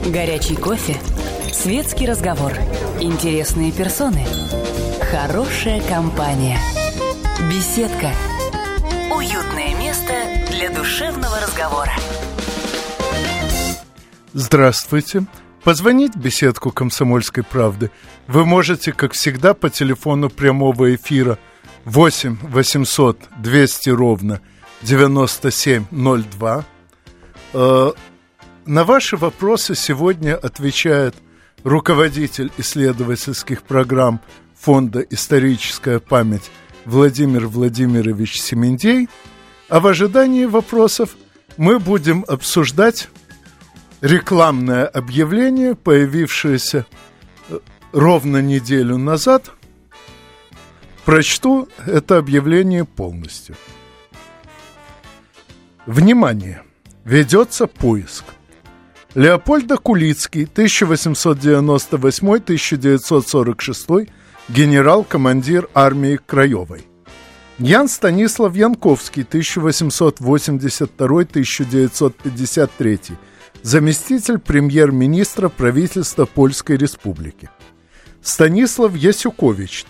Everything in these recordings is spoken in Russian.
Горячий кофе, светский разговор, интересные персоны, хорошая компания, беседка, уютное место для душевного разговора. Здравствуйте. Позвонить в беседку «Комсомольской правды» вы можете, как всегда, по телефону прямого эфира 8 800 200 ровно 9702. На ваши вопросы сегодня отвечает руководитель исследовательских программ Фонда «Историческая память» Владимир Владимирович Семендей. А в ожидании вопросов мы будем обсуждать рекламное объявление, появившееся ровно неделю назад. Прочту это объявление полностью. Внимание! Ведется поиск. Леопольд Кулицкий, 1898-1946, генерал-командир армии Краевой. Ян Станислав Янковский, 1882-1953, заместитель премьер-министра правительства Польской Республики. Станислав Ясюкович,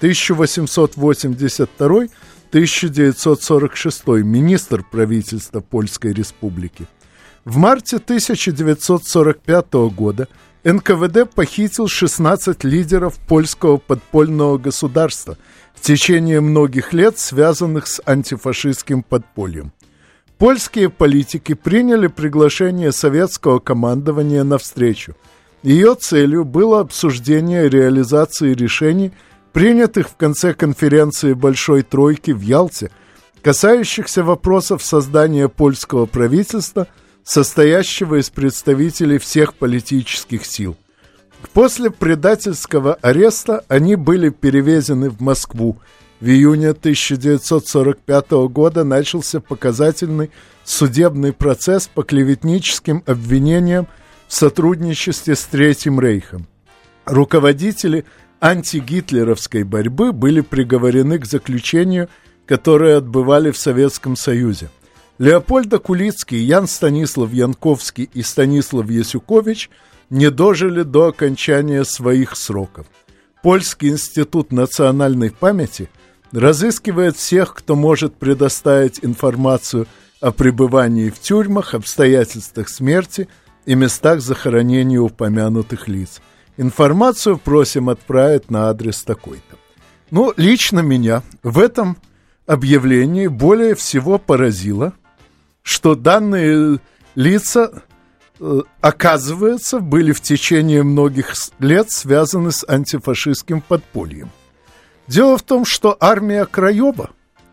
1882-1946, министр правительства Польской Республики. В марте 1945 года НКВД похитил 16 лидеров польского подпольного государства, в течение многих лет связанных с антифашистским подпольем. Польские политики приняли приглашение советского командования на встречу. Ее целью было обсуждение реализации решений, принятых в конце конференции Большой Тройки в Ялте, касающихся вопросов создания польского правительства, состоящего из представителей всех политических сил. После предательского ареста они были перевезены в Москву. В июне 1945 года начался показательный судебный процесс по клеветническим обвинениям в сотрудничестве с Третьим Рейхом. Руководители антигитлеровской борьбы были приговорены к заключению, которое отбывали в Советском Союзе. Леопольд Кулицкий, Ян Станислав Янковский и Станислав Ясюкович не дожили до окончания своих сроков. Польский институт национальной памяти разыскивает всех, кто может предоставить информацию о пребывании в тюрьмах, обстоятельствах смерти и местах захоронения упомянутых лиц. Информацию просим отправить на адрес такой-то. Лично меня в этом объявлении более всего поразило, что данные лица, оказывается, были в течение многих лет связаны с антифашистским подпольем. Дело в том, что армия Краева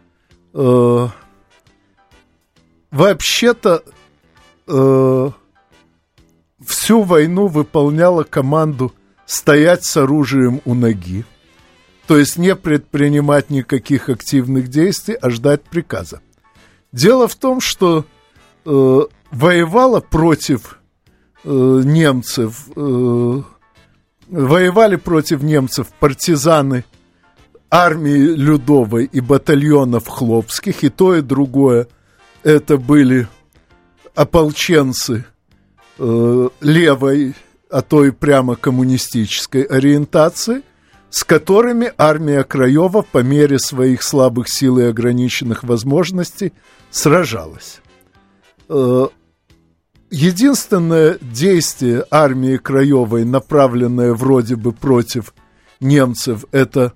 вообще-то всю войну выполняла команду стоять с оружием у ноги, то есть не предпринимать никаких активных действий, а ждать приказа. Дело в том, что воевала против немцев, воевали против немцев партизаны армии Людовой и батальонов Хлопских, и то, и другое это были ополченцы левой, а то и прямо коммунистической ориентации, с которыми армия Краева по мере своих слабых сил и ограниченных возможностей сражалась. Единственное действие армии Краевой, направленное вроде бы против немцев, это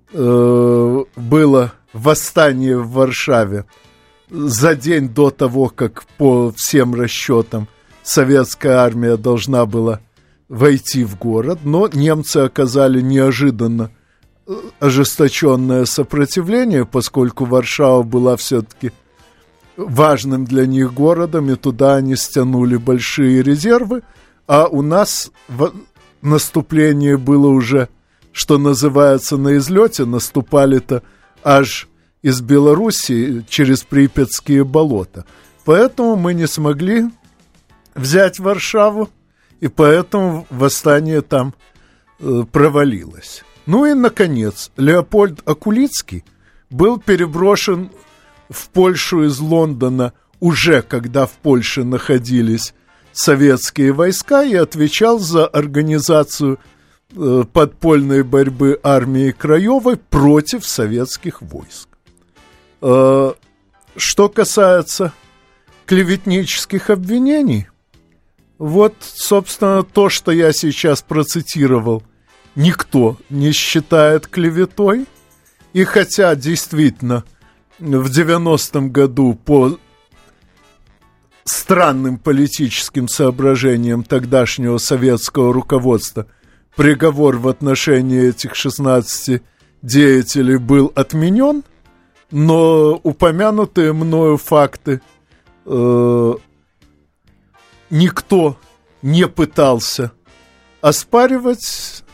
было восстание в Варшаве за день до того, как по всем расчетам советская армия должна была войти в город, но немцы оказали неожиданно ожесточенное сопротивление, поскольку Варшава была все-таки важным для них городом, и туда они стянули большие резервы, а у нас наступление было уже, что называется, на излете. Наступали-то аж из Белоруссии через Припятские болота. Поэтому мы не смогли взять Варшаву, и поэтому восстание там провалилось. И, наконец, Леопольд Кулицкий был переброшен в Польшу из Лондона уже когда в Польше находились советские войска и отвечал за организацию подпольной борьбы армии Краевой против советских войск. Что касается клеветнических обвинений, вот, собственно, то, что я сейчас процитировал, никто не считает клеветой. И хотя действительно в 90-м году по странным политическим соображениям тогдашнего советского руководства приговор в отношении этих 16 деятелей был отменен, но упомянутые мною факты никто не пытался оспаривать,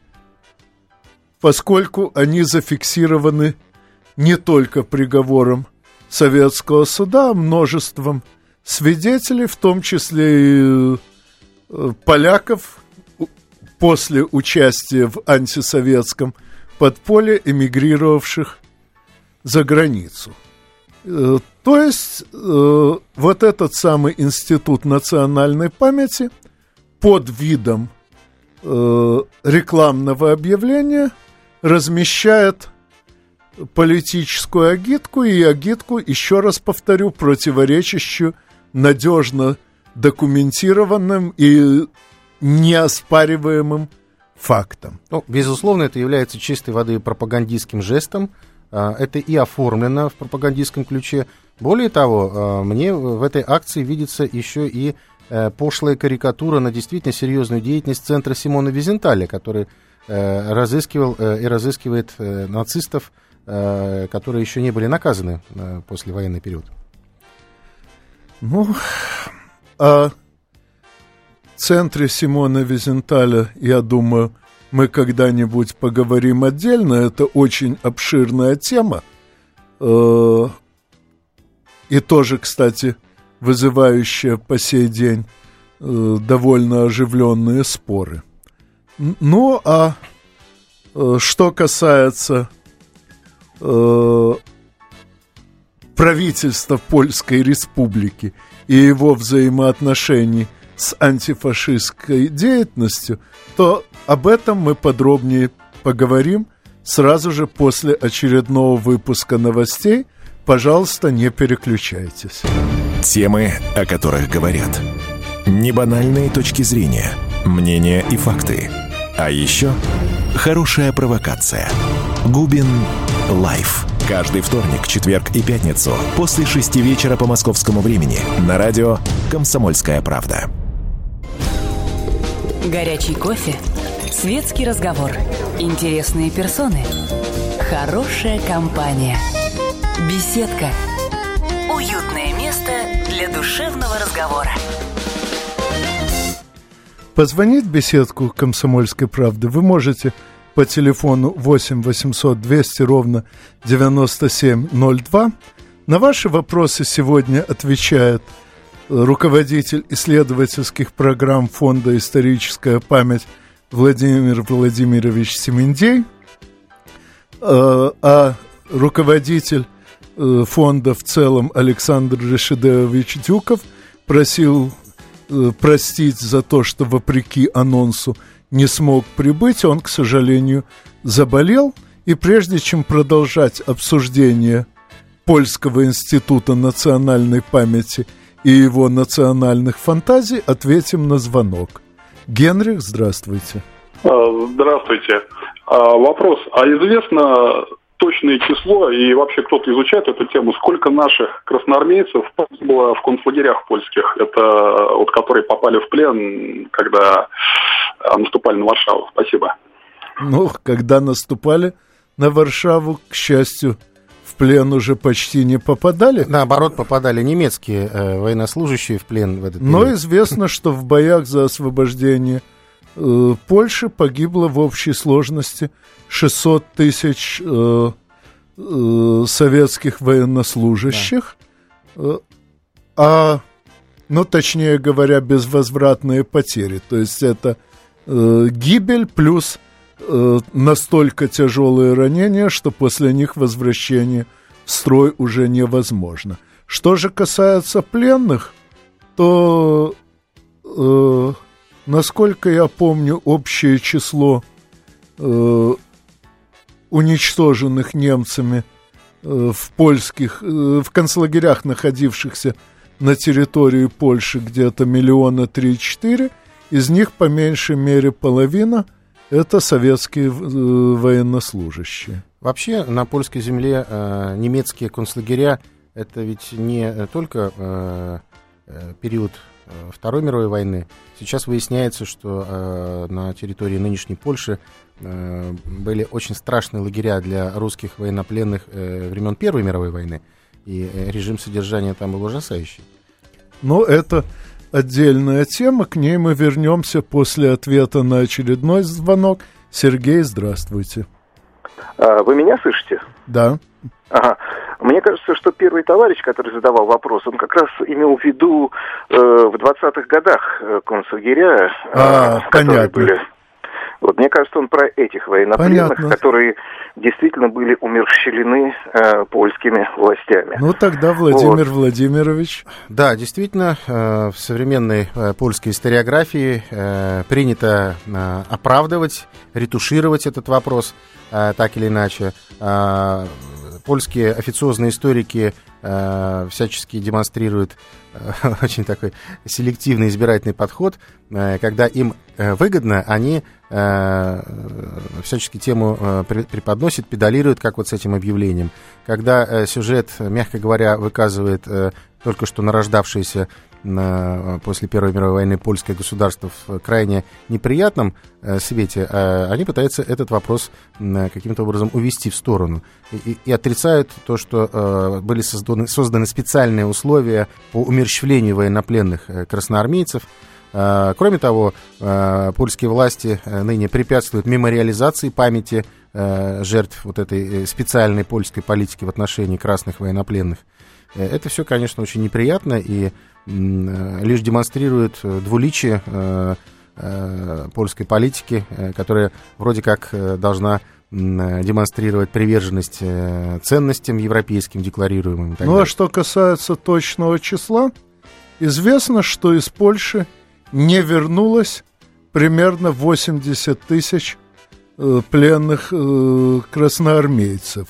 поскольку они зафиксированы не только приговором советского суда, а множеством свидетелей, в том числе и поляков, после участия в антисоветском подполье, эмигрировавших за границу. То есть вот этот самый институт национальной памяти под видом рекламного объявления размещает политическую агитку, и агитку, еще раз повторю, противоречащую надежно документированным и неоспариваемым фактам. Ну, безусловно, это является чистой воды пропагандистским жестом. Это и оформлено в пропагандистском ключе. Более того, мне в этой акции видится еще и пошлая карикатура на действительно серьезную деятельность центра Симона Визенталя, который разыскивал и разыскивает нацистов, которые еще не были наказаны в послевоенный период. Ну, о центре Симона Визенталя, я думаю, мы когда-нибудь поговорим отдельно. Это очень обширная тема. И тоже, кстати, вызывающая по сей день довольно оживленные споры. Ну, а что касается правительства Польской Республики и его взаимоотношений с антифашистской деятельностью, то об этом мы подробнее поговорим сразу же после очередного выпуска новостей. Пожалуйста, не переключайтесь. Темы, о которых говорят. Небанальные точки зрения, мнения и факты. А еще хорошая провокация. Губин Лайф. Каждый вторник, четверг и пятницу после 6 вечера по московскому времени на радио «Комсомольская правда». Горячий кофе, светский разговор, интересные персоны, хорошая компания, беседка, уютное место для душевного разговора. Позвонить в беседку «Комсомольской правды» вы можете по телефону 8 800 200 ровно 9702. На ваши вопросы сегодня отвечает руководитель исследовательских программ Фонда «Историческая память» Владимир Владимирович Семендей, а руководитель фонда в целом Александр Рашидович Дюков просил простить за то, что вопреки анонсу не смог прибыть. Он, к сожалению, заболел. И прежде чем продолжать обсуждение Польского института национальной памяти и его национальных фантазий, ответим на звонок. Генрих, здравствуйте. Здравствуйте. Вопрос. А известно точное число, и вообще кто-то изучает эту тему, сколько наших красноармейцев было в концлагерях польских, это вот которые попали в плен, когда наступали на Варшаву? Спасибо. Ну, когда наступали на Варшаву, к счастью, в плен уже почти не попадали. Наоборот, попадали немецкие военнослужащие в плен в этот период. Но известно, что в боях за освобождение Польши погибло в общей сложности 600 тысяч советских военнослужащих, да. Точнее говоря, безвозвратные потери. То есть это гибель плюс настолько тяжелые ранения, что после них возвращение в строй уже невозможно. Что же касается пленных, то насколько я помню, общее число уничтоженных немцами в концлагерях, находившихся на территории Польши, где-то 3,4 миллиона. Из них по меньшей мере половина – это советские военнослужащие. Вообще на польской земле немецкие концлагеря – это ведь не только период Второй мировой войны. Сейчас выясняется, что на территории нынешней Польши были очень страшные лагеря для русских военнопленных времен Первой мировой войны, и режим содержания там был ужасающий. Но это отдельная тема, к ней мы вернемся после ответа на очередной звонок. Сергей, здравствуйте. Вы меня слышите? Да. Ага. Мне кажется, что первый товарищ, который задавал вопрос, он как раз имел в виду в 20-х годах концлагеря, которые были. Вот, мне кажется, он про этих военнопленных, которые действительно были умерщвлены польскими властями. Ну, тогда Владимир Владимирович. Да, действительно, в современной польской историографии принято оправдывать, ретушировать этот вопрос так или иначе. Польские официозные историки всячески демонстрируют очень такой селективный избирательный подход. Когда им выгодно, они всячески тему преподносят, педалируют, как вот с этим объявлением. Когда сюжет, мягко говоря, выказывает только что нарождавшееся после Первой мировой войны польское государство в крайне неприятном свете, они пытаются этот вопрос каким-то образом увести в сторону и отрицают то, что были созданы специальные условия по умерщвлению военнопленных красноармейцев. Кроме того, польские власти ныне препятствуют мемориализации памяти жертв вот этой специальной польской политики в отношении красных военнопленных. Это все, конечно, очень неприятно и лишь демонстрирует двуличие польской политики, которая вроде как должна демонстрировать приверженность ценностям европейским, декларируемым. Ну, а что касается точного числа, известно, что из Польши не вернулось примерно 80 тысяч пленных красноармейцев.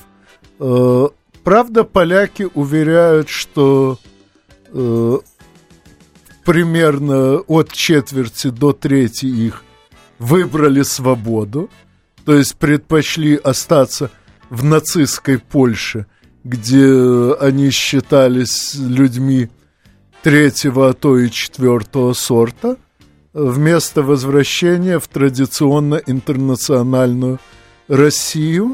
Правда, поляки уверяют, что примерно от четверти до трети их выбрали свободу, то есть предпочли остаться в нацистской Польше, где они считались людьми третьего, а то и четвертого сорта, вместо возвращения в традиционно интернациональную Россию.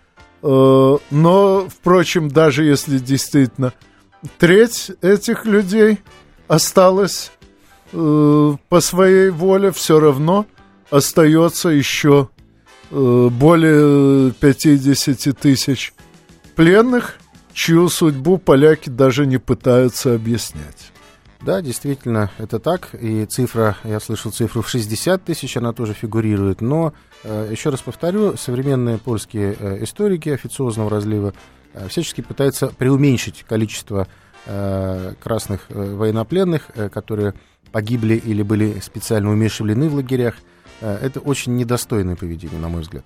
Но, впрочем, даже если действительно треть этих людей осталась по своей воле, все равно остается еще более 50 тысяч пленных, чью судьбу поляки даже не пытаются объяснять. Да, действительно, это так. И цифра, я слышал цифру в 60 тысяч, она тоже фигурирует. Но, еще раз повторю, современные польские историки официозного разлива всячески пытаются преуменьшить количество красных военнопленных, которые погибли или были специально умерщвлены в лагерях. Это очень недостойное поведение, на мой взгляд.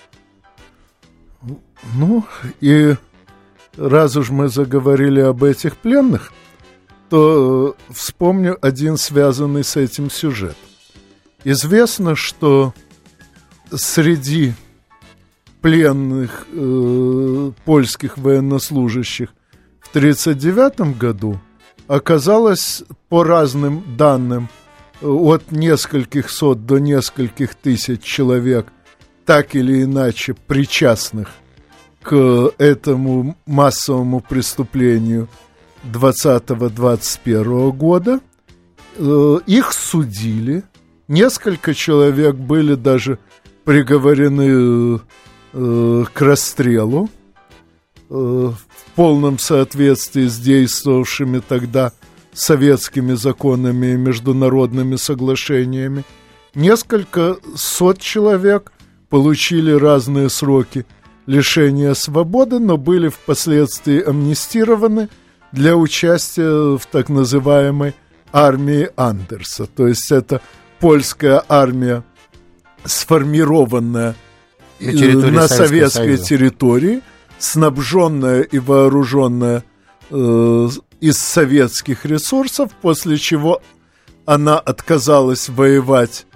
Ну, и раз уж мы заговорили об этих пленных, то вспомню один связанный с этим сюжет. Известно, что среди пленных польских военнослужащих в 1939 году оказалось, по разным данным, от нескольких сот до нескольких тысяч человек, так или иначе причастных к этому массовому преступлению 20-21 года. Их судили. Несколько человек были даже приговорены к расстрелу в полном соответствии с действовавшими тогда советскими законами и международными соглашениями. Несколько сот человек получили разные сроки лишения свободы, но были впоследствии амнистированы для участия в так называемой армии Андерса. То есть это польская армия, сформированная на советской территории, снабженная и вооруженная из советских ресурсов, после чего она отказалась воевать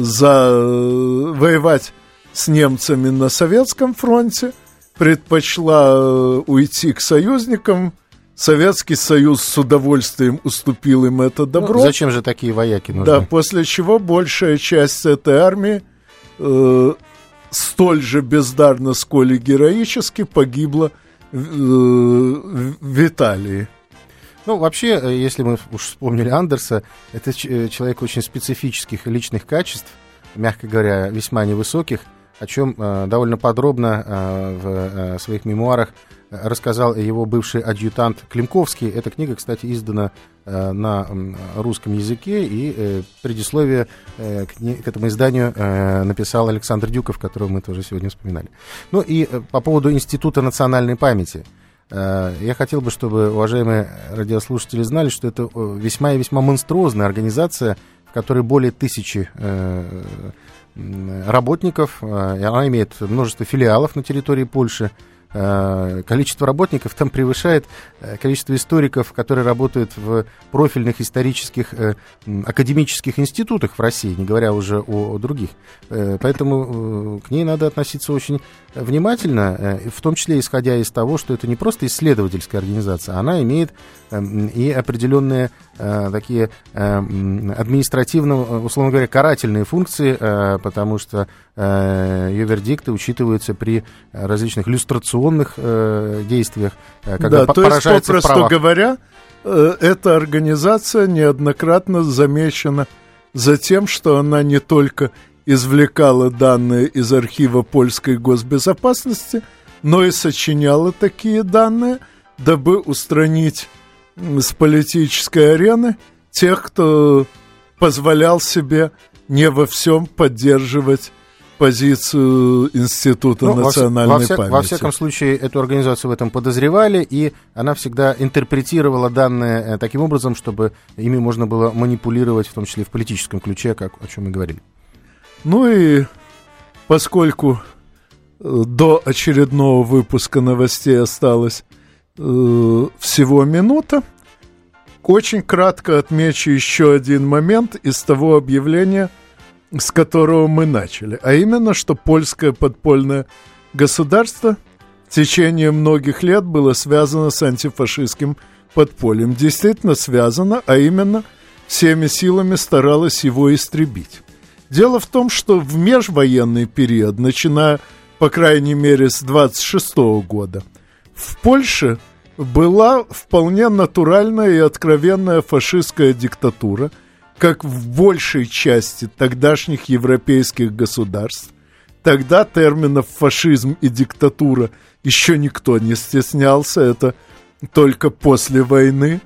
с немцами на Советском фронте, предпочла уйти к союзникам. Советский Союз с удовольствием уступил им это добро. Зачем же такие вояки нужны? Да, после чего большая часть этой армии столь же бездарно, сколь и героически погибла в Италии. Вообще, если мы уж вспомнили Андерса, это человек очень специфических и личных качеств, мягко говоря, весьма невысоких, о чем довольно подробно в своих мемуарах рассказал его бывший адъютант Климковский. Эта книга, кстати, издана на русском языке, и предисловие к этому изданию написал Александр Дюков, которого мы тоже сегодня вспоминали. И по поводу Института национальной памяти. Я хотел бы, чтобы уважаемые радиослушатели знали, что это весьма и весьма монструозная организация, в которой более 1000 работников, она имеет множество филиалов на территории Польши. Количество работников там превышает количество историков, которые работают в профильных исторических академических институтах в России, не говоря уже о других. Поэтому к ней надо относиться очень внимательно, в том числе исходя из того, что это не просто исследовательская организация, она имеет и определенные такие административно, условно говоря, карательные функции, потому что ее вердикты учитываются при различных люстрационных действиях, когда поражается права. Попросту говоря, эта организация неоднократно замечена за тем, что она не только извлекала данные из архива польской госбезопасности, но и сочиняла такие данные, дабы устранить с политической арены тех, кто позволял себе не во всем поддерживать позицию Института национальной памяти. Во всяком случае, эту организацию в этом подозревали, и она всегда интерпретировала данные таким образом, чтобы ими можно было манипулировать, в том числе и в политическом ключе, о чем мы говорили. И поскольку до очередного выпуска новостей осталось всего минута, очень кратко отмечу еще один момент из того объявления, с которого мы начали, а именно, что польское подпольное государство в течение многих лет было связано с антифашистским подпольем. Действительно связано, а именно всеми силами старалось его истребить. Дело в том, что в межвоенный период, начиная, по крайней мере, с 26 года, в Польше была вполне натуральная и откровенная фашистская диктатура, как в большей части тогдашних европейских государств. Тогда терминов фашизм и диктатура еще никто не стеснялся, это только после войны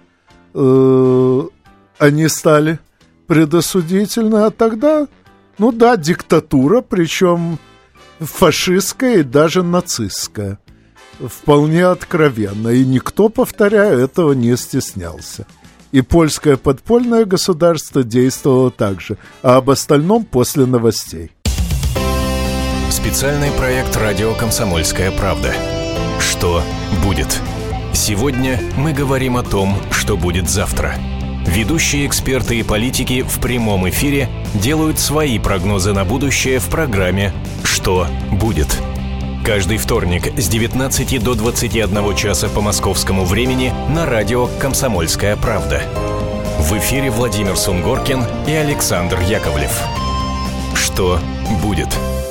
они стали предосудительны, а тогда, диктатура, причем фашистская и даже нацистская, вполне откровенно, и никто, повторяю, этого не стеснялся. И польское подпольное государство действовало так же, а об остальном после новостей. Специальный проект «Радио Комсомольская правда». Что будет? Сегодня мы говорим о том, что будет завтра. Ведущие эксперты и политики в прямом эфире делают свои прогнозы на будущее в программе «Что будет?». Каждый вторник с 19 до 21 часа по московскому времени на радио «Комсомольская правда». В эфире Владимир Сунгоркин и Александр Яковлев. Что будет?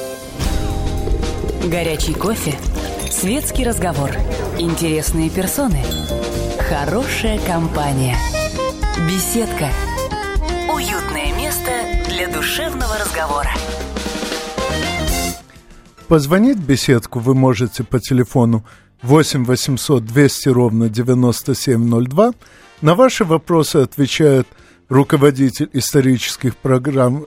Горячий кофе, светский разговор, интересные персоны, хорошая компания, беседка, уютное место для душевного разговора. Позвонить в беседку вы можете по телефону 8 800 200 ровно 9702. На ваши вопросы отвечает руководитель исследовательских программ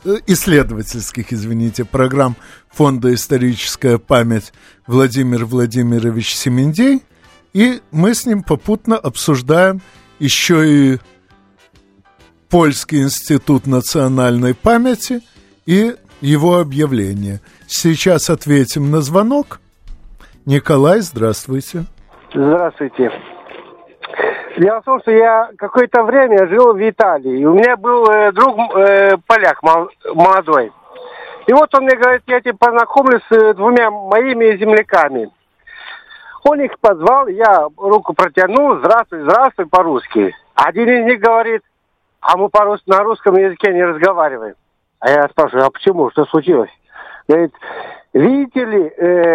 Фонда «Историческая память» Владимир Владимирович Семендей. И мы с ним попутно обсуждаем еще и Польский институт национальной памяти и его объявление. Сейчас ответим на звонок. Николай, здравствуйте. Здравствуйте. Дело в том, что я какое-то время жил в Италии. И у меня был друг поляк молодой. И вот он мне говорит, я тебя познакомлюсь с двумя моими земляками. Он их позвал, я руку протянул, здравствуй, здравствуй, по-русски. Один из них говорит, а мы на русском языке не разговариваем. А я спрашиваю, а почему, что случилось? Говорит, видите ли,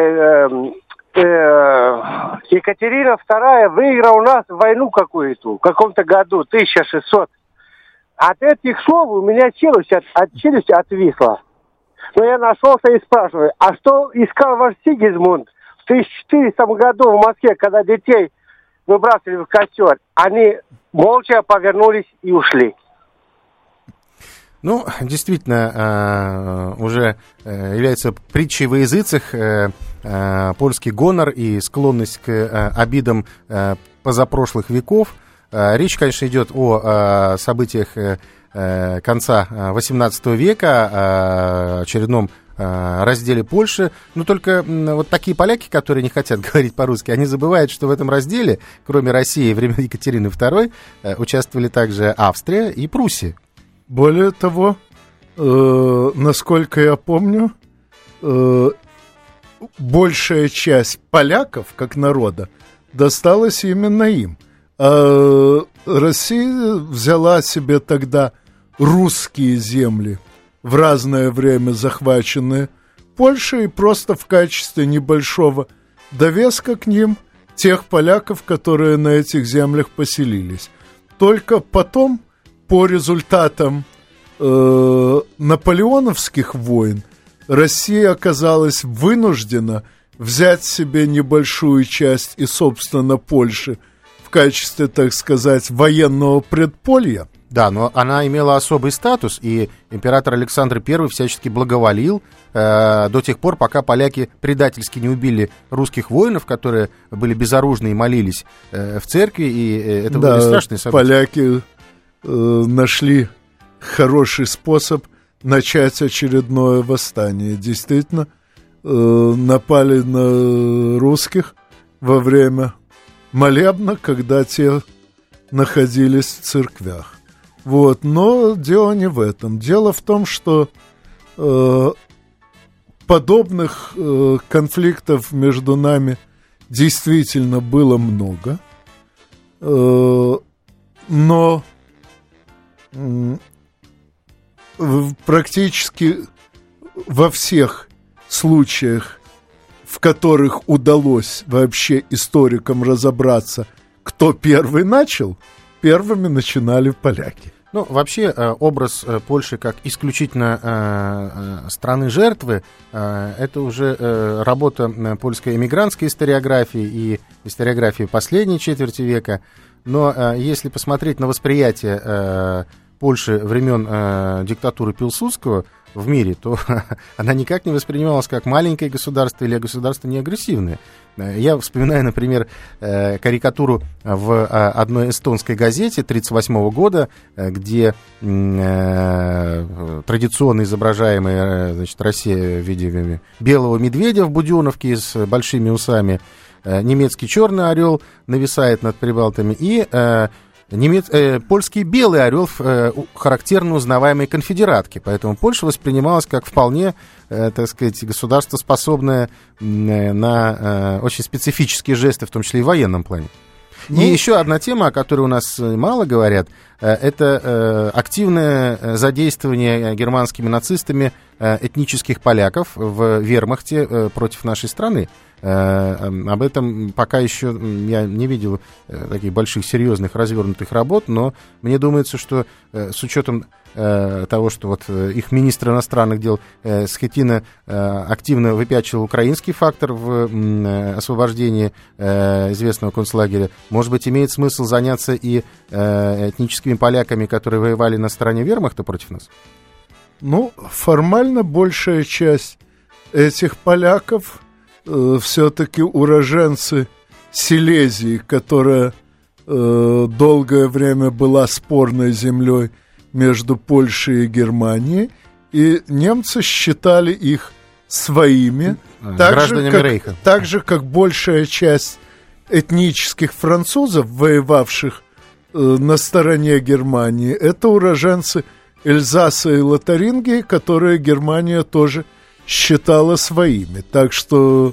Екатерина II выиграла у нас войну какую-то, в каком-то году, 1600. От этих слов у меня челюсть отвисла. Но я нашелся и спрашиваю, а что искал ваш Сигизмунд в 1400 году в Москве, когда детей выбрасывали в костер? Они молча повернулись и ушли. Ну, действительно, уже является притчей во языцах польский гонор и склонность к обидам позапрошлых веков. Речь, конечно, идет о событиях конца XVIII века, очередном разделе Польши. Но только вот такие поляки, которые не хотят говорить по-русски, они забывают, что в этом разделе, кроме России, времен Екатерины II, участвовали также Австрия и Пруссия. Более того, насколько я помню, большая часть поляков, как народа, досталась именно им. А Россия взяла себе тогда русские земли, в разное время захваченные Польшей, и просто в качестве небольшого довеска к ним тех поляков, которые на этих землях поселились. Только потом, по результатам наполеоновских войн, Россия оказалась вынуждена взять себе небольшую часть и, собственно, Польши в качестве, так сказать, военного предполья. Да, но она имела особый статус, и император Александр I всячески благоволил до тех пор, пока поляки предательски не убили русских воинов, которые были безоружны и молились в церкви, и это были страшные события. Поляки нашли хороший способ начать очередное восстание. Действительно, напали на русских во время молебна, когда те находились в церквях. Вот. Но дело не в этом. Дело в том, что подобных конфликтов между нами действительно было много. Но практически во всех случаях, в которых удалось вообще историкам разобраться, кто первый начал, первыми начинали поляки. Ну, вообще, образ Польши как исключительно страны жертвы, это уже работа польской эмигрантской историографии и историографии последней четверти века. Но если посмотреть на восприятие Польши времен диктатуры Пилсудского в мире, то она никак не воспринималась как маленькое государство или государство неагрессивное. Я вспоминаю, например, карикатуру в одной эстонской газете 1938 года, где традиционно изображаемая, значит, Россия в виде белого медведя в Будённовке с большими усами, немецкий черный орел нависает над Прибалтами и польский белый орел в характерно узнаваемой конфедератке. Поэтому Польша воспринималась как вполне, так сказать, государство, способное на очень специфические жесты, в том числе и в военном плане. И еще одна тема, о которой у нас мало говорят, это активное задействование германскими нацистами этнических поляков в вермахте против нашей страны. Об этом пока еще я не видел таких больших, серьезных, развернутых работ, но мне думается, что с учетом того, что вот их министр иностранных дел Схетина активно выпячивал украинский фактор в освобождении известного концлагеря, может быть, имеет смысл заняться и этническими поляками, которые воевали на стороне вермахта против нас? Ну, формально большая часть этих поляков все-таки уроженцы Силезии, которая долгое время была спорной землей между Польшей и Германией, и немцы считали их своими, гражданами Рейха. Так же, как большая часть этнических французов, воевавших на стороне Германии, это уроженцы Эльзаса и Лотарингии, которые Германия тоже считала своими. Так что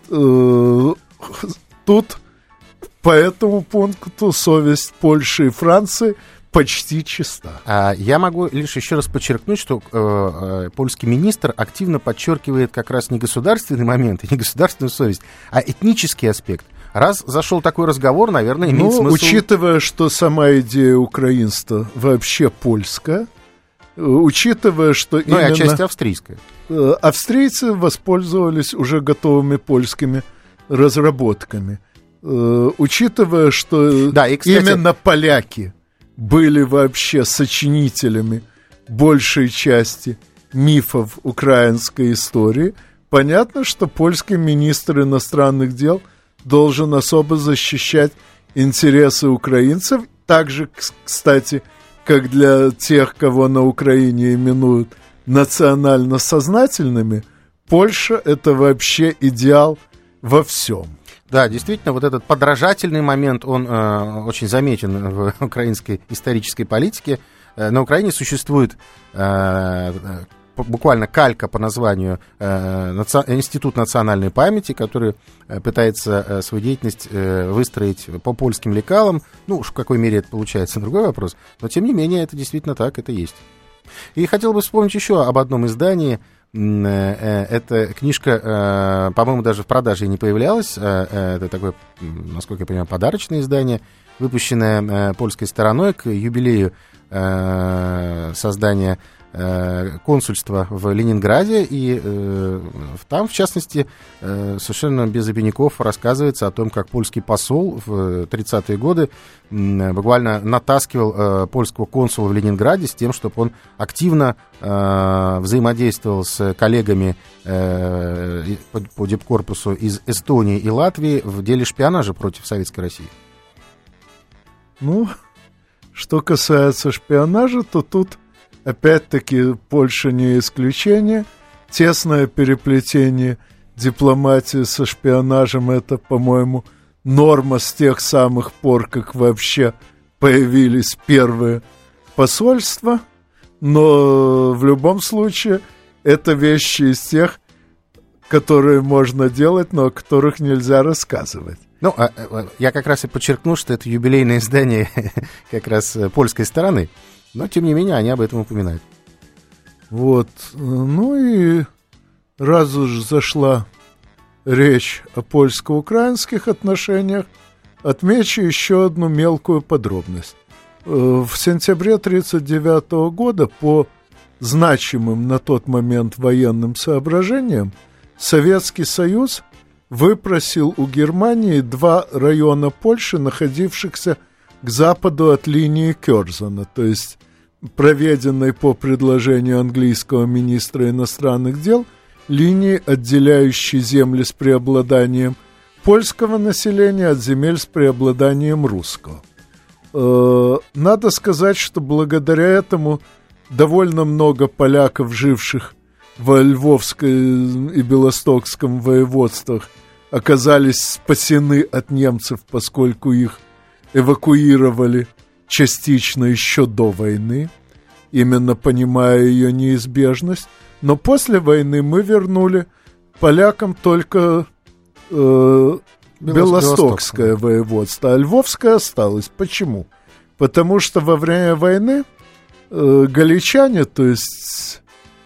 тут по этому пункту совесть Польши и Франции почти чиста. Я могу лишь еще раз подчеркнуть, что польский министр активно подчеркивает как раз не государственный момент и не государственную совесть, а этнический аспект. Раз зашел такой разговор, наверное, имеет смысл... Учитывая, что сама идея украинства вообще польская, учитывая, что именно... и отчасти австрийская. Австрийцы воспользовались уже готовыми польскими разработками. Учитывая, что именно поляки были вообще сочинителями большей части мифов украинской истории, понятно, что польский министр иностранных дел должен особо защищать интересы украинцев, так же, кстати, как для тех, кого на Украине именуют национально сознательными, Польша — это вообще идеал во всем. Да, действительно, вот этот подражательный момент, он очень заметен в украинской исторической политике. На Украине существует буквально калька по названию Институт национальной памяти, который пытается свою деятельность выстроить по польским лекалам. Ну, уж в какой мере это получается, другой вопрос. Но, тем не менее, это действительно так, это есть. И хотел бы вспомнить еще об одном издании. Эта книжка, по-моему, даже в продаже не появлялась. Это такое, насколько я понимаю, подарочное издание, выпущенное польской стороной к юбилею создания консульства в Ленинграде. И там, в частности, совершенно без обиняков рассказывается о том, как польский посол в 30-е годы буквально натаскивал польского консула в Ленинграде с тем, чтобы он активно взаимодействовал с коллегами по дипкорпусу из Эстонии и Латвии в деле шпионажа против Советской России. Ну, что касается шпионажа, то тут опять-таки Польша не исключение. Тесное переплетение дипломатии со шпионажем — это, по-моему, норма с тех самых пор, как вообще появились первые посольства. Но в любом случае это вещи из тех, которые можно делать, но о которых нельзя рассказывать. Ну, я как раз и подчеркну, что это юбилейное издание как раз польской стороны. Но, тем не менее, они об этом упоминают. Вот. Ну и раз уж зашла речь о польско-украинских отношениях, отмечу еще одну мелкую подробность. В сентябре 1939 года по значимым на тот момент военным соображениям Советский Союз выпросил у Германии 2 района Польши, находившихся к западу от линии Кёрзона, то есть проведенной по предложению английского министра иностранных дел линии, отделяющей земли с преобладанием польского населения от земель с преобладанием русского. Надо сказать, что благодаря этому довольно много поляков, живших во Львовском и Белостокском воеводствах, оказались спасены от немцев, поскольку их эвакуировали частично еще до войны, именно понимая ее неизбежность. Но после войны мы вернули полякам только Белостокское воеводство, а Львовское осталось. Почему? Потому что во время войны галичане, то есть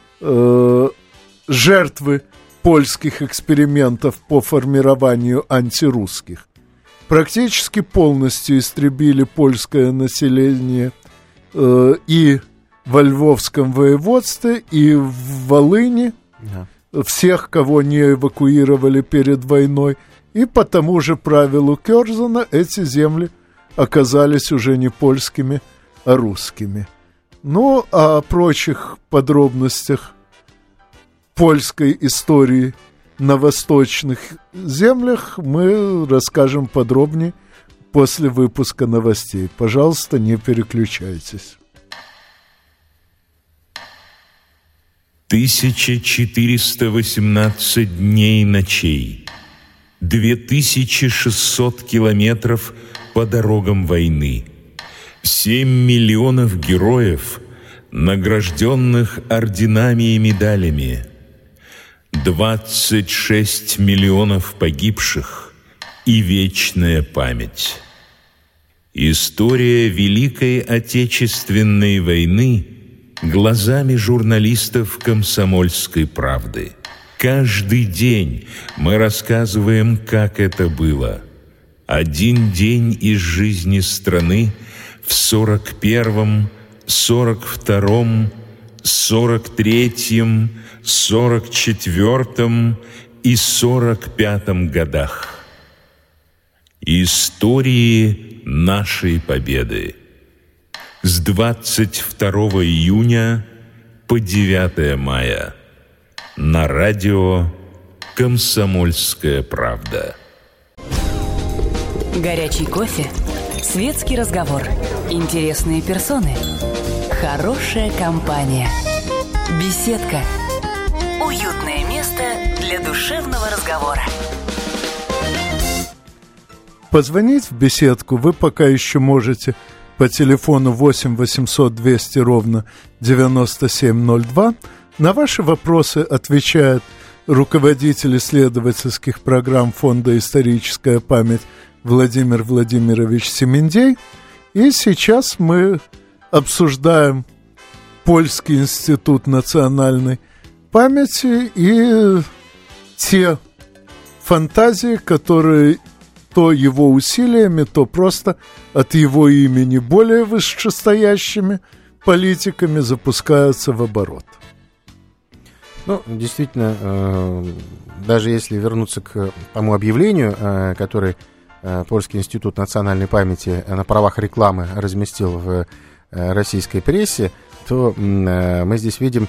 жертвы польских экспериментов по формированию антирусских, практически полностью истребили польское население и во Львовском воеводстве, и в Волыни, всех, кого не эвакуировали перед войной, и по тому же правилу Кёрзона эти земли оказались уже не польскими, а русскими. Ну, а о прочих подробностях польской истории на восточных землях мы расскажем подробнее после выпуска новостей. Пожалуйста, не переключайтесь. 1418 дней и ночей, 2600 километров по дорогам войны, 7 миллионов героев, награжденных орденами и медалями, 26 миллионов погибших и вечная память. История Великой Отечественной войны глазами журналистов «Комсомольской правды». Каждый день мы рассказываем, как это было. Один день из жизни страны в 41-м, 42-м, 43-м, 44-м и 45-м годах. Истории нашей победы. С 22 июня по 9 мая на радио «Комсомольская правда». Горячий кофе, светский разговор, интересные персоны, хорошая компания, беседка, уютное место для душевного разговора. Позвонить в беседку вы пока еще можете по телефону 8 800 200 ровно 9702. На ваши вопросы отвечает руководитель исследовательских программ Фонда «Историческая память» Владимир Владимирович Семендей. И сейчас мы обсуждаем Польский институт национальной памяти и те фантазии, которые то его усилиями, то просто от его имени более вышестоящими политиками запускаются в оборот. Ну, действительно, даже если вернуться к тому объявлению, которое Польский институт национальной памяти на правах рекламы разместил в российской прессе, то мы здесь видим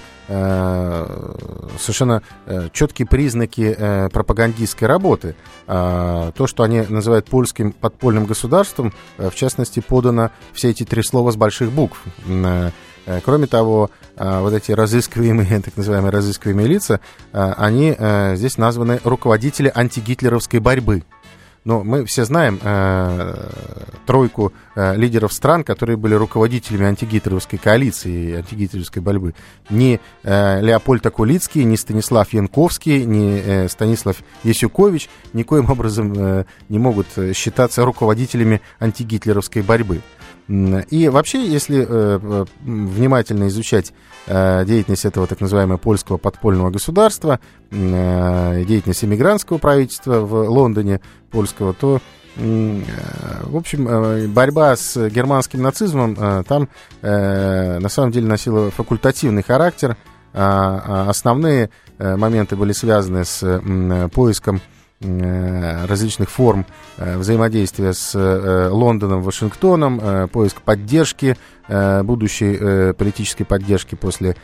совершенно четкие признаки пропагандистской работы. То, что они называют польским подпольным государством, в частности, подано все эти три слова с больших букв. Кроме того, вот эти разыскиваемые, так называемые разыскиваемые лица, они здесь названы руководители антигитлеровской борьбы. Но мы все знаем тройку лидеров стран, которые были руководителями антигитлеровской коалиции и антигитлеровской борьбы. Ни Леопольд Акулицкий, ни Станислав Янковский, ни Станислав Ясюкович никоим образом не могут считаться руководителями антигитлеровской борьбы. И вообще, если внимательно изучать деятельность этого так называемого польского подпольного государства, деятельность эмигрантского правительства в Лондоне польского, то, в общем, борьба с германским нацизмом там на самом деле носила факультативный характер. Основные моменты были связаны с поиском различных форм взаимодействия с Лондоном, Вашингтоном, поиск поддержки, будущей политической поддержки после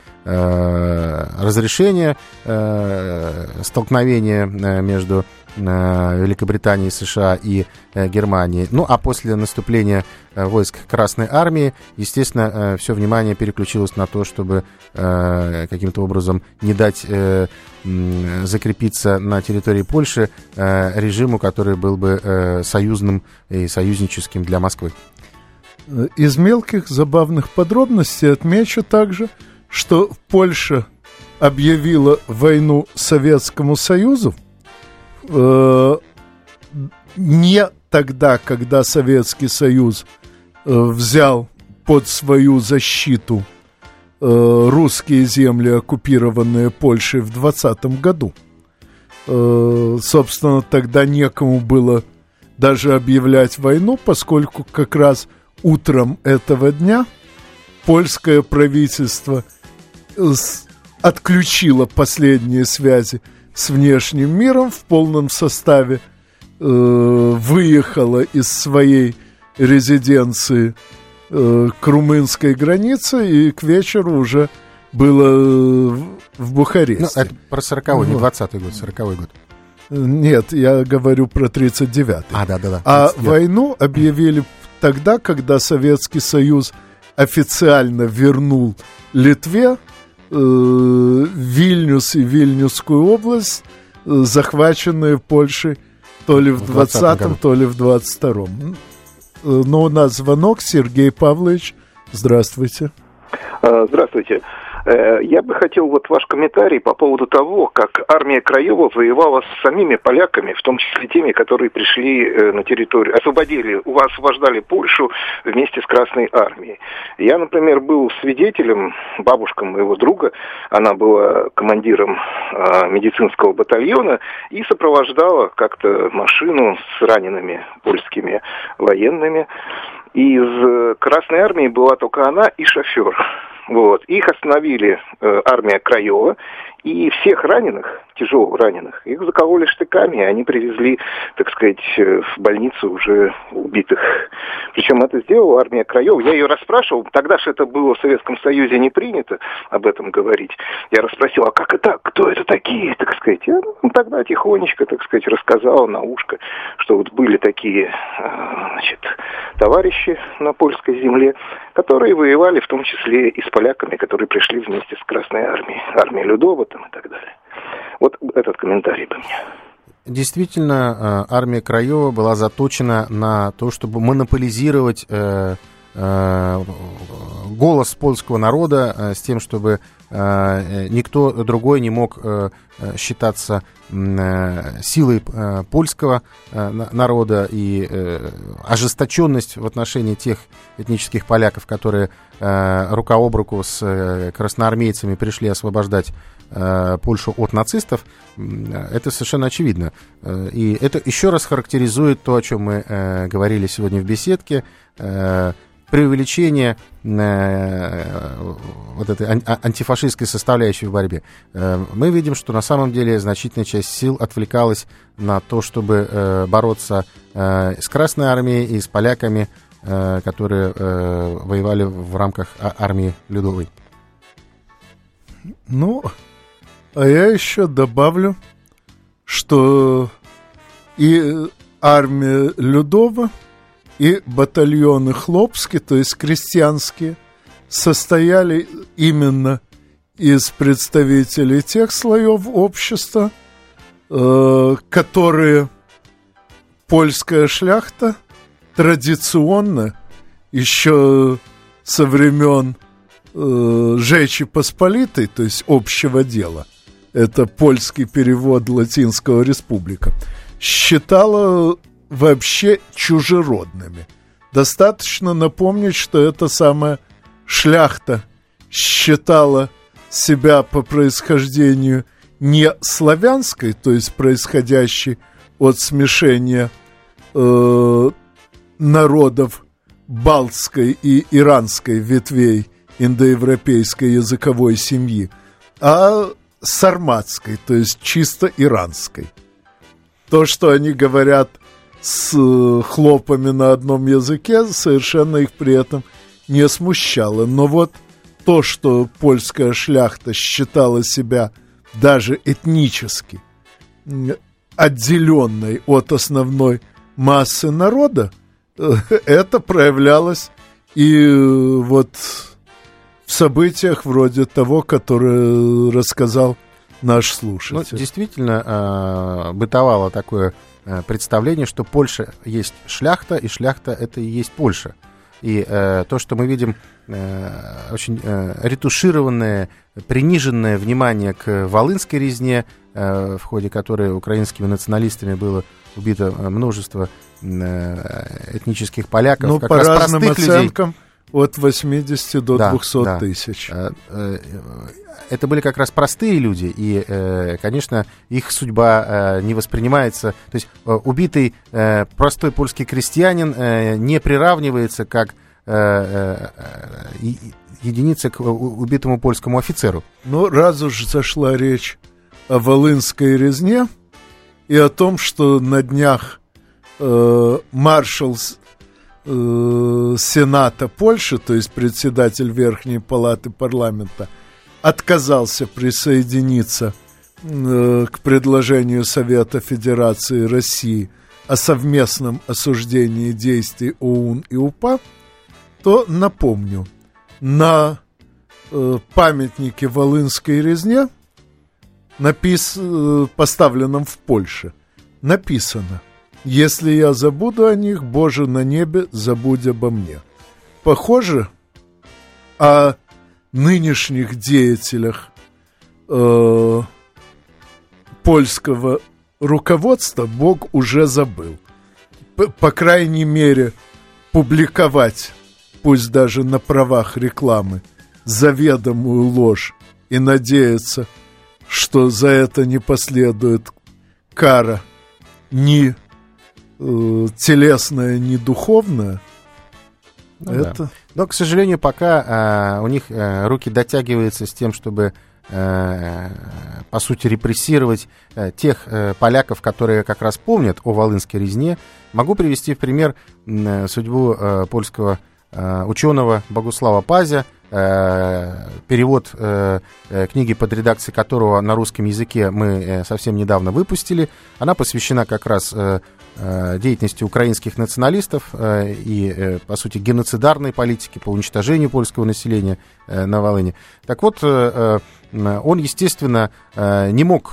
разрешения столкновения между Великобританией, США и Германией. Ну, а после наступления войск Красной Армии, естественно, все внимание переключилось на то, чтобы каким-то образом не дать закрепиться на территории Польши режиму, который был бы союзным и союзническим для Москвы. Из мелких забавных подробностей отмечу также, что Польша объявила войну Советскому Союзу не тогда, когда Советский Союз взял под свою защиту русские земли, оккупированные Польшей в 2020 году. Собственно, тогда некому было даже объявлять войну, поскольку как раз утром этого дня польское правительство отключило последние связи с внешним миром, в полном составе выехало из своей резиденции к румынской границе и к вечеру уже было в Бухаресте. Ну, это про 40-й, не 20-й год, 40-й год. Нет, я говорю про 39-й. Да. А войну объявили тогда, когда Советский Союз официально вернул Литве Вильнюс и Вильнюсскую область, захваченные Польшей то ли в 20-м, то ли в 22-м. Но у нас звонок. Сергей Павлович, здравствуйте. Здравствуйте. Я бы хотел вот ваш комментарий по поводу того, как армия Краева воевала с самими поляками, в том числе теми, которые пришли на территорию, освобождали Польшу вместе с Красной армией. Я, например, был свидетелем, бабушка моего друга, она была командиром медицинского батальона и сопровождала как-то машину с ранеными польскими военными. Из Красной армии была только она и шофер. Вот. Их остановили армия Краева, и всех раненых, тяжело раненых, их закололи штыками, и они привезли, так сказать, в больницу уже убитых. Причем это сделала армия Краева. Я ее расспрашивал, тогда же это было в Советском Союзе не принято об этом говорить. Я расспросил, а как это, кто это такие, так сказать. Я тогда тихонечко, так сказать, рассказал на ушко, что вот были такие, значит, товарищи на польской земле, которые воевали в том числе и с поляками, которые пришли вместе с Красной армией, армией Людова там и так далее. Вот этот комментарий бы мне. Действительно, армия Краева была заточена на то, чтобы монополизировать голос польского народа, с тем, чтобы никто другой не мог считаться силой польского народа, и ожесточенность в отношении тех этнических поляков, которые рука об руку с красноармейцами пришли освобождать Польшу от нацистов, это совершенно очевидно. И это еще раз характеризует то, о чем мы говорили сегодня в беседке, преувеличение вот этой антифашистской составляющей в борьбе. Мы видим, что на самом деле значительная часть сил отвлекалась на то, чтобы бороться с Красной армией и с поляками, которые воевали в рамках армии Людовой. Ну, а я еще добавлю, что и армия Людова, и батальоны хлопские, то есть крестьянские, состояли именно из представителей тех слоев общества, которые польская шляхта традиционно еще со времен Rzeczy Посполитой, то есть общего дела, это польский перевод латинского республика, считала вообще чужеродными. Достаточно напомнить, что эта самая шляхта считала себя по происхождению не славянской, то есть происходящей от смешения народов балтской и иранской ветвей индоевропейской языковой семьи, а сарматской, то есть чисто иранской. То, что они говорят с хлопами на одном языке, совершенно их при этом не смущало. Но вот то, что польская шляхта считала себя даже этнически отделенной от основной массы народа, это проявлялось и вот в событиях вроде того, которое рассказал наш слушатель. Ну, действительно, бытовало такое представление, что Польша есть шляхта, и шляхта — это и есть Польша. И то, что мы видим очень ретушированное, приниженное внимание к Волынской резне, в ходе которой украинскими националистами было убито множество этнических поляков. Ну, по разным оценкам, людей. От 80 до 200 тысяч. Это были как раз простые люди, и, конечно, их судьба не воспринимается. То есть убитый простой польский крестьянин не приравнивается как единица к убитому польскому офицеру. Но раз уж зашла речь о Волынской резне и о том, что на днях маршал Сената Польши, то есть председатель Верхней Палаты парламента, отказался присоединиться к предложению Совета Федерации России о совместном осуждении действий ОУН и УПА, то напомню, на памятнике Волынской резне, поставленном в Польше, написано: «Если я забуду о них, Боже, на небе забудь обо мне». Похоже, о нынешних деятелях польского руководства Бог уже забыл. По крайней мере, публиковать, пусть даже на правах рекламы, заведомую ложь и надеяться, что за это не последует кара ни телесная, ни духовная. Да. Но, к сожалению, пока у них руки дотягиваются с тем, чтобы, по сути, репрессировать тех поляков, которые как раз помнят о Волынской резне. Могу привести в пример судьбу польского ученого Богуслава Пазя, перевод книги, под редакцией которого на русском языке мы совсем недавно выпустили. Она посвящена как раз деятельности украинских националистов и, по сути, геноцидарной политики по уничтожению польского населения на Волыни. Так вот, он, естественно, не мог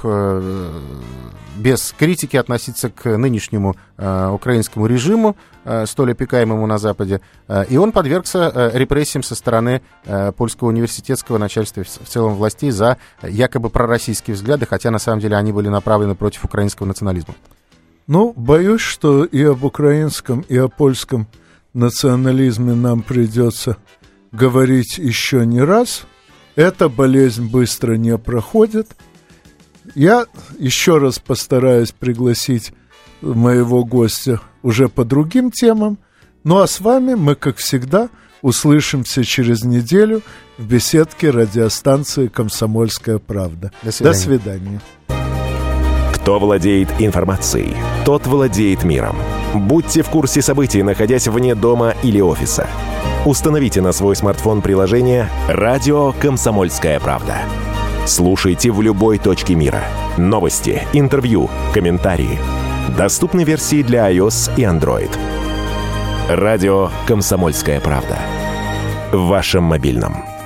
без критики относиться к нынешнему украинскому режиму, столь опекаемому на Западе, и он подвергся репрессиям со стороны польского университетского начальства, в целом властей, за якобы пророссийские взгляды, хотя на самом деле они были направлены против украинского национализма. Ну, боюсь, что и об украинском, и о польском национализме нам придется говорить еще не раз. Эта болезнь быстро не проходит. Я еще раз постараюсь пригласить моего гостя уже по другим темам. Ну а с вами мы, как всегда, услышимся через неделю в беседке радиостанции «Комсомольская правда». До свидания. Кто владеет информацией, тот владеет миром. Будьте в курсе событий, находясь вне дома или офиса. Установите на свой смартфон приложение «Радио Комсомольская правда». Слушайте в любой точке мира. Новости, интервью, комментарии. Доступны версии для iOS и Android. Радио «Комсомольская правда». В вашем мобильном.